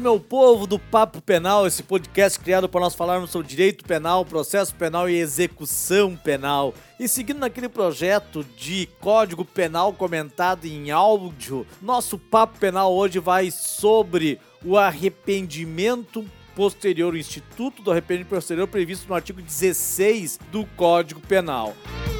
meu povo do Papo Penal, esse podcast criado para nós falarmos sobre direito penal, processo penal e execução penal. E seguindo naquele projeto de código penal comentado em áudio, nosso Papo Penal hoje vai sobre o arrependimento posterior, o Instituto do Arrependimento Posterior previsto no artigo 16 do Código Penal.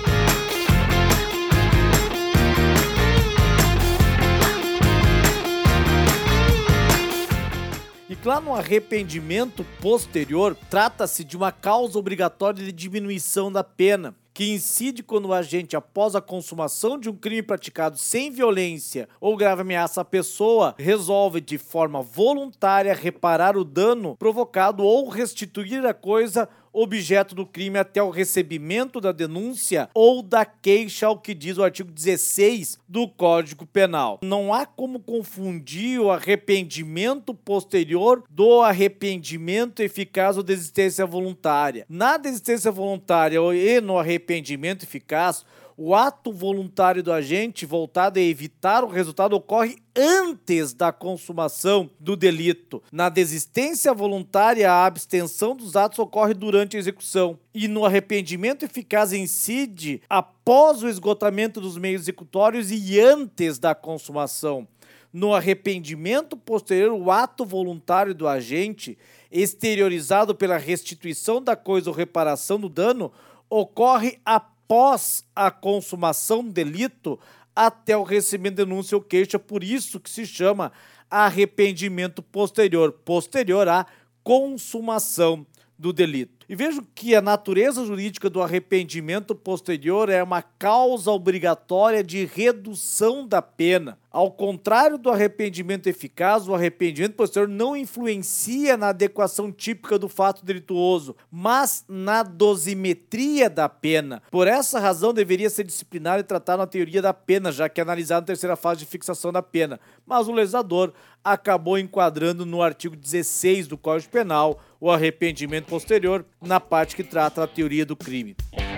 E claro, no arrependimento posterior, trata-se de uma causa obrigatória de diminuição da pena, que incide quando o agente, após a consumação de um crime praticado sem violência ou grave ameaça à pessoa, resolve de forma voluntária reparar o dano provocado ou restituir a coisa objeto do crime até o recebimento da denúncia ou da queixa, ao que diz o artigo 16 do Código Penal. Não há como confundir o arrependimento posterior do arrependimento eficaz ou desistência voluntária. Na desistência voluntária e no arrependimento eficaz, o ato voluntário do agente voltado a evitar o resultado ocorre antes da consumação do delito. Na desistência voluntária, a abstenção dos atos ocorre durante a execução. E no arrependimento eficaz incide após o esgotamento dos meios executórios e antes da consumação. No arrependimento posterior, o ato voluntário do agente, exteriorizado pela restituição da coisa ou reparação do dano, ocorre após a consumação do delito até o recebimento de denúncia ou queixa, por isso que se chama arrependimento posterior à consumação do delito. E vejo que a natureza jurídica do arrependimento posterior é uma causa obrigatória de redução da pena. Ao contrário do arrependimento eficaz, o arrependimento posterior não influencia na adequação típica do fato delituoso, mas na dosimetria da pena. Por essa razão, deveria ser disciplinado e tratado na teoria da pena, já que é analisado na terceira fase de fixação da pena. Mas o legislador acabou enquadrando no artigo 16 do Código Penal o arrependimento posterior na parte que trata da teoria do crime.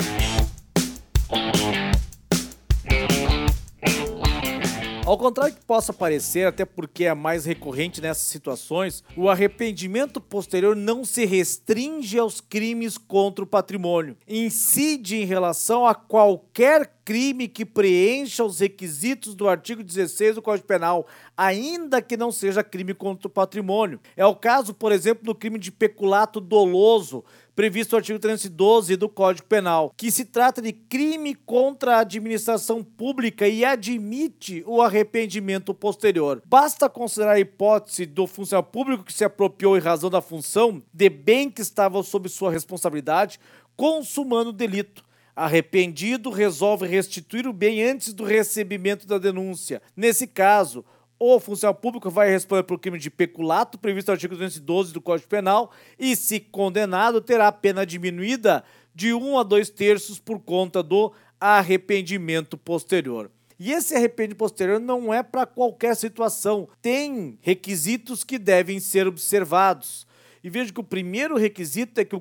Ao contrário que possa parecer, até porque é mais recorrente nessas situações, o arrependimento posterior não se restringe aos crimes contra o patrimônio. Incide em relação a qualquer crime que preencha os requisitos do artigo 16 do Código Penal, ainda que não seja crime contra o patrimônio. É o caso, por exemplo, do crime de peculato doloso, previsto no artigo 312 do Código Penal, que se trata de crime contra a administração pública e admite o arrependimento posterior. Basta considerar a hipótese do funcionário público que se apropriou em razão da função de bem que estava sob sua responsabilidade, consumando o delito. Arrependido, resolve restituir o bem antes do recebimento da denúncia. Nesse caso, o funcionário público vai responder pelo crime de peculato, previsto no artigo 212 do Código Penal, e, se condenado, terá a pena diminuída de 1 a 2/3 por conta do arrependimento posterior. E esse arrependimento posterior não é para qualquer situação, tem requisitos que devem ser observados. E veja que o primeiro requisito é que o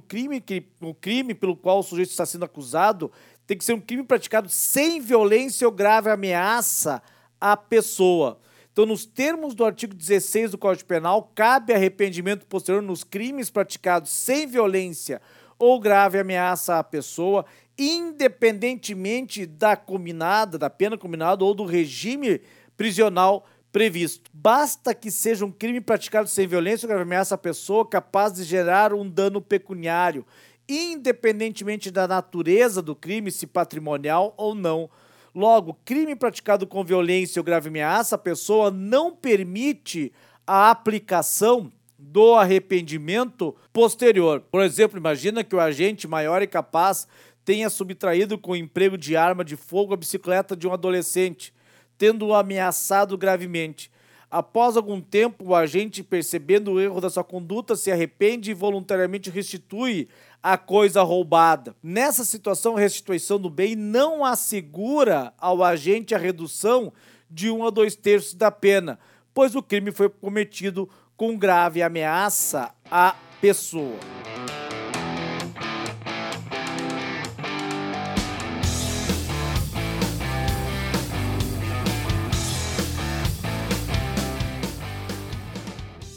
crime pelo qual o sujeito está sendo acusado tem que ser um crime praticado sem violência ou grave ameaça à pessoa. Então, nos termos do artigo 16 do Código Penal, cabe arrependimento posterior nos crimes praticados sem violência ou grave ameaça à pessoa, independentemente da pena combinada ou do regime prisional previsto. Basta que seja um crime praticado sem violência ou grave ameaça à pessoa capaz de gerar um dano pecuniário, independentemente da natureza do crime, se patrimonial ou não. Logo, crime praticado com violência ou grave ameaça à pessoa não permite a aplicação do arrependimento posterior. Por exemplo, imagina que o agente maior e capaz tenha subtraído com o emprego de arma de fogo a bicicleta de um adolescente, tendo-o ameaçado gravemente. Após algum tempo, o agente, percebendo o erro da sua conduta, se arrepende e voluntariamente restitui a coisa roubada. Nessa situação, a restituição do bem não assegura ao agente a redução de 1 a 2/3 da pena, pois o crime foi cometido com grave ameaça à pessoa.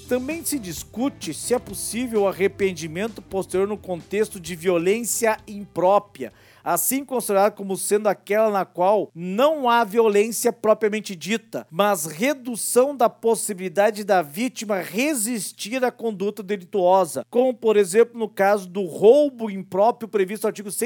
Também se discute se é possível o arrependimento posterior no contexto de violência imprópria, assim considerada como sendo aquela na qual não há violência propriamente dita, mas redução da possibilidade da vítima resistir à conduta delituosa, como por exemplo no caso do roubo impróprio previsto no artigo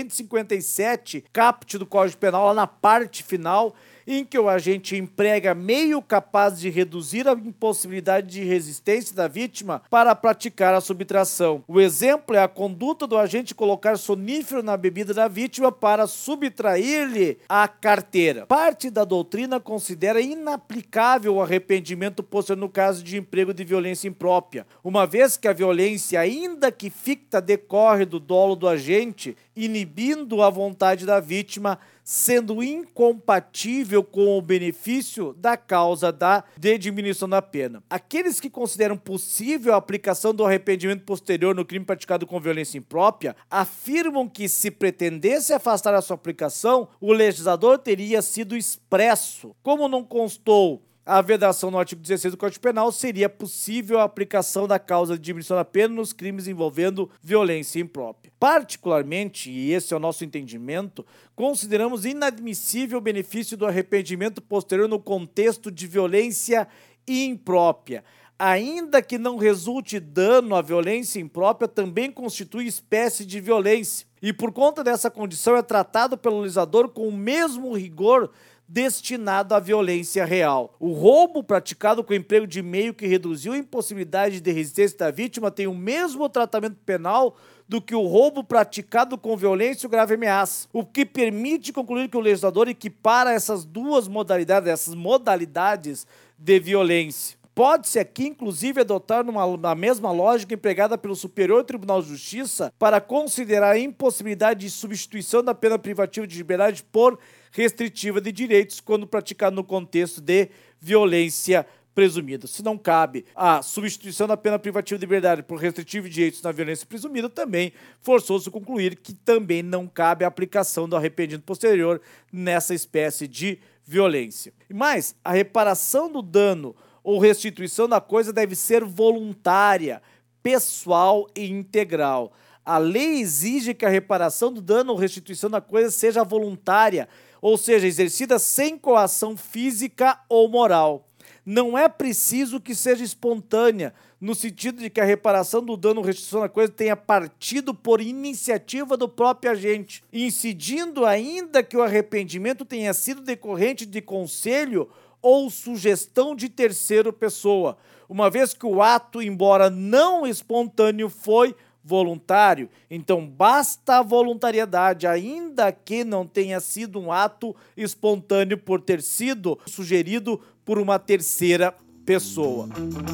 157, caput do Código Penal, lá na parte final, em que o agente emprega meio capaz de reduzir a impossibilidade de resistência da vítima para praticar a subtração. O exemplo é a conduta do agente colocar sonífero na bebida da vítima para subtrair-lhe a carteira. Parte da doutrina considera inaplicável o arrependimento posterior no caso de emprego de violência imprópria, uma vez que a violência, ainda que ficta, decorre do dolo do agente, inibindo a vontade da vítima, sendo incompatível com o benefício da causa de diminuição da pena. Aqueles que consideram possível a aplicação do arrependimento posterior no crime praticado com violência imprópria afirmam que, se pretendesse afastar a sua aplicação, o legislador teria sido expresso. Como não constou a vedação no artigo 16 do Código Penal, seria possível a aplicação da causa de diminuição da pena nos crimes envolvendo violência imprópria. Particularmente, e esse é o nosso entendimento, consideramos inadmissível o benefício do arrependimento posterior no contexto de violência imprópria. Ainda que não resulte dano, a violência imprópria também constitui espécie de violência, e por conta dessa condição é tratado pelo legislador com o mesmo rigor destinado à violência real. O roubo praticado com emprego de meio que reduziu a impossibilidade de resistência da vítima tem o mesmo tratamento penal do que o roubo praticado com violência ou grave ameaça, o que permite concluir que o legislador equipara essas duas modalidades, essas modalidades de violência. Pode-se aqui, inclusive, adotar a mesma lógica empregada pelo Superior Tribunal de Justiça para considerar a impossibilidade de substituição da pena privativa de liberdade por restritiva de direitos quando praticado no contexto de violência presumida. Se não cabe a substituição da pena privativa de liberdade por restritiva de direitos na violência presumida, também forçoso concluir que também não cabe a aplicação do arrependimento posterior nessa espécie de violência. Mas a reparação do dano ou restituição da coisa deve ser voluntária, pessoal e integral. A lei exige que a reparação do dano ou restituição da coisa seja voluntária, ou seja, exercida sem coação física ou moral. Não é preciso que seja espontânea, no sentido de que a reparação do dano ou restituição da coisa tenha partido por iniciativa do próprio agente, incidindo ainda que o arrependimento tenha sido decorrente de conselho ou sugestão de terceira pessoa, uma vez que o ato, embora não espontâneo, foi voluntário. Então basta a voluntariedade, ainda que não tenha sido um ato espontâneo por ter sido sugerido por uma terceira pessoa.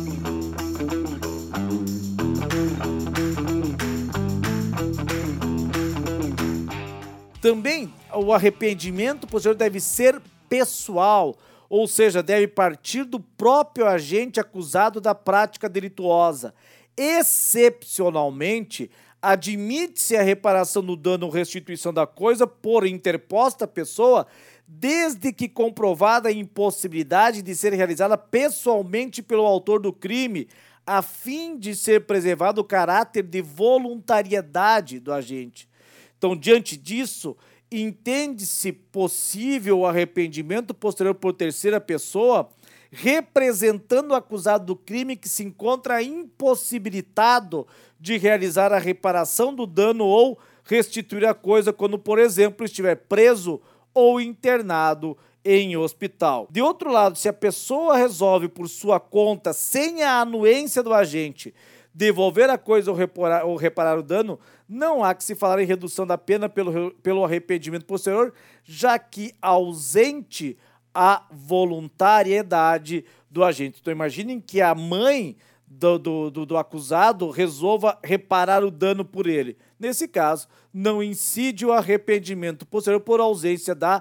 Também o arrependimento posterior deve ser pessoal, ou seja, deve partir do próprio agente acusado da prática delituosa. Excepcionalmente, admite-se a reparação do dano ou restituição da coisa por interposta pessoa, desde que comprovada a impossibilidade de ser realizada pessoalmente pelo autor do crime, a fim de ser preservado o caráter de voluntariedade do agente. Então, diante disso, entende-se possível o arrependimento posterior por terceira pessoa, representando o acusado do crime que se encontra impossibilitado de realizar a reparação do dano ou restituir a coisa quando, por exemplo, estiver preso ou internado em hospital. De outro lado, se a pessoa resolve por sua conta, sem a anuência do agente, devolver a coisa ou reparar o dano, não há que se falar em redução da pena pelo arrependimento posterior, já que ausente a voluntariedade do agente. Então imaginem que a mãe do acusado resolva reparar o dano por ele. Nesse caso, não incide o arrependimento posterior por ausência da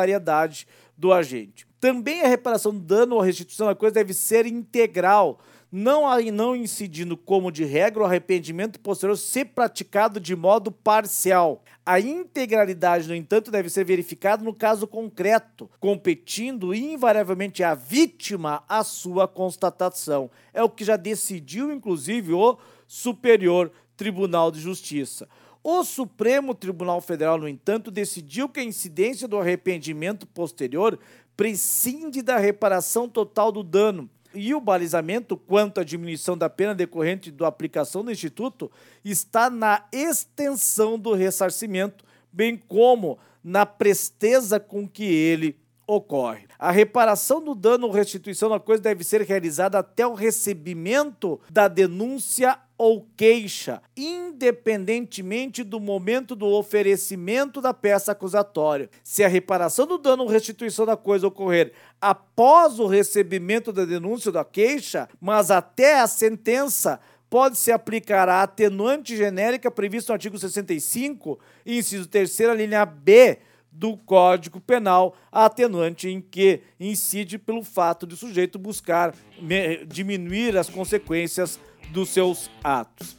voluntariedade do agente. Também a reparação do dano ou restituição da coisa deve ser integral, não incidindo como de regra o arrependimento posterior ser praticado de modo parcial. A integralidade, no entanto, deve ser verificada no caso concreto, competindo invariavelmente à vítima a sua constatação. É o que já decidiu, inclusive, o Superior Tribunal de Justiça. O Supremo Tribunal Federal, no entanto, decidiu que a incidência do arrependimento posterior prescinde da reparação total do dano, e o balizamento quanto à diminuição da pena decorrente da aplicação do Instituto está na extensão do ressarcimento, bem como na presteza com que ele ocorre. A reparação do dano ou restituição da coisa deve ser realizada até o recebimento da denúncia ou queixa, independentemente do momento do oferecimento da peça acusatória. Se a reparação do dano ou restituição da coisa ocorrer após o recebimento da denúncia ou da queixa, mas até a sentença, pode-se aplicar a atenuante genérica prevista no artigo 65, inciso 3º, linha B, do Código Penal, a atenuante em que incide pelo fato de o sujeito buscar diminuir as consequências dos seus atos.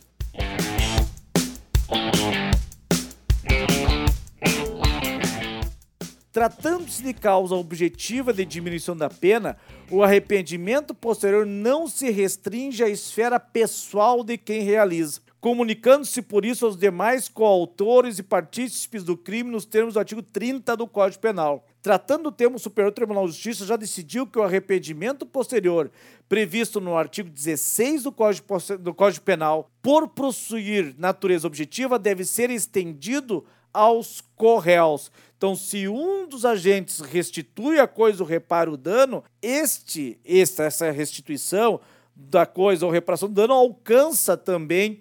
Tratando-se de causa objetiva de diminuição da pena, o arrependimento posterior não se restringe à esfera pessoal de quem realiza, comunicando-se por isso aos demais coautores e partícipes do crime nos termos do artigo 30 do Código Penal. Tratando do tema, o Superior Tribunal de Justiça já decidiu que o arrependimento posterior, previsto no artigo 16 do Código Penal, por possuir natureza objetiva, deve ser estendido aos corréus. Então, se um dos agentes restitui a coisa ou repara o dano, essa restituição da coisa ou reparação do dano alcança também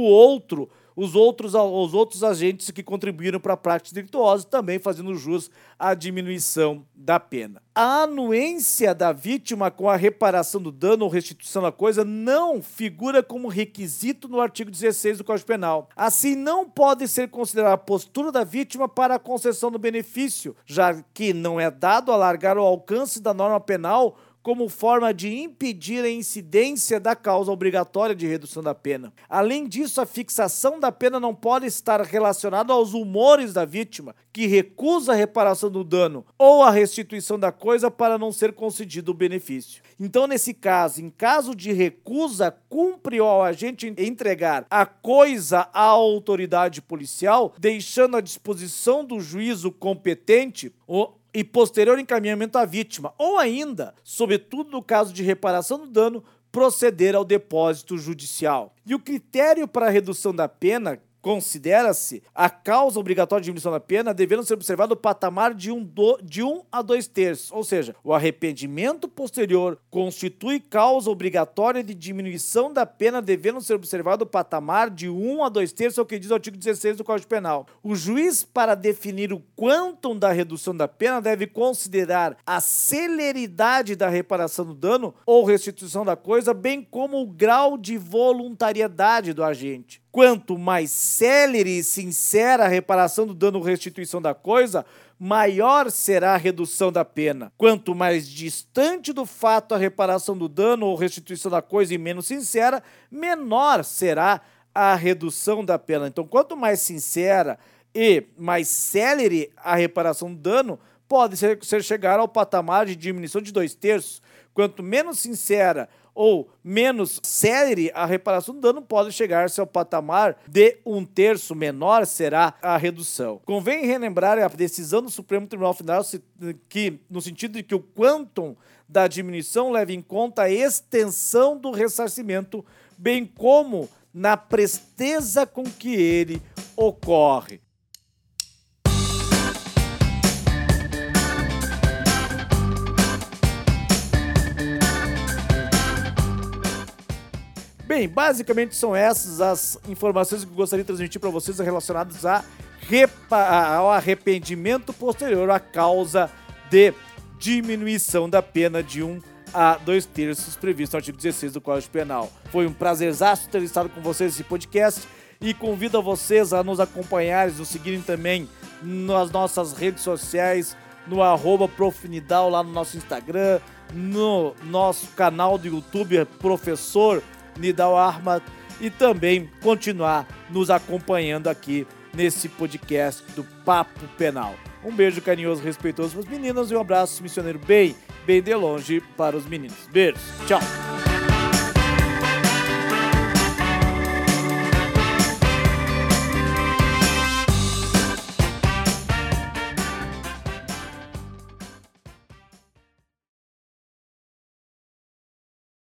os outros agentes que contribuíram para a prática delictuosa, também fazendo jus à diminuição da pena. A anuência da vítima com a reparação do dano ou restituição da coisa não figura como requisito no artigo 16 do Código Penal. Assim, não pode ser considerada a postura da vítima para a concessão do benefício, já que não é dado alargar o alcance da norma penal como forma de impedir a incidência da causa obrigatória de redução da pena. Além disso, a fixação da pena não pode estar relacionada aos humores da vítima, que recusa a reparação do dano ou a restituição da coisa para não ser concedido o benefício. Então, nesse caso, em caso de recusa, cumpre ao agente entregar a coisa à autoridade policial, deixando à disposição do juízo competente e posterior encaminhamento à vítima, ou ainda, sobretudo no caso de reparação do dano, proceder ao depósito judicial. E o critério para a redução da pena considera-se a causa obrigatória de diminuição da pena devendo ser observado o patamar de 1 a 2/3, ou seja, o arrependimento posterior constitui causa obrigatória de diminuição da pena devendo ser observado o patamar de 1 a 2/3, é o que diz o artigo 16 do Código Penal. O juiz, para definir o quantum da redução da pena, deve considerar a celeridade da reparação do dano ou restituição da coisa, bem como o grau de voluntariedade do agente. Quanto mais célere e sincera a reparação do dano ou restituição da coisa, maior será a redução da pena. Quanto mais distante do fato a reparação do dano ou restituição da coisa e menos sincera, menor será a redução da pena. Então, quanto mais sincera e mais célere a reparação do dano, pode ser chegar ao patamar de diminuição de 2/3. Quanto menos sincera ou menos célere a reparação do dano, pode chegar-se ao patamar de 1/3, menor será a redução. Convém relembrar a decisão do Supremo Tribunal Federal no sentido de que o quantum da diminuição leva em conta a extensão do ressarcimento, bem como na presteza com que ele ocorre. Bem, basicamente são essas as informações que eu gostaria de transmitir para vocês relacionadas ao arrependimento posterior à causa de diminuição da pena de 1 a 2/3 previsto no artigo 16 do Código Penal. Foi um prazerzaço ter estado com vocês nesse podcast e convido a vocês a nos acompanharem, nos seguirem também nas nossas redes sociais, no @profinidal lá no nosso Instagram, no nosso canal do YouTube, Professor Nidal Ahmad, e também continuar nos acompanhando aqui nesse podcast do Papo Penal. Um beijo carinhoso, respeitoso para os meninos e um abraço missioneiro bem de longe para os meninos. Beijos, tchau!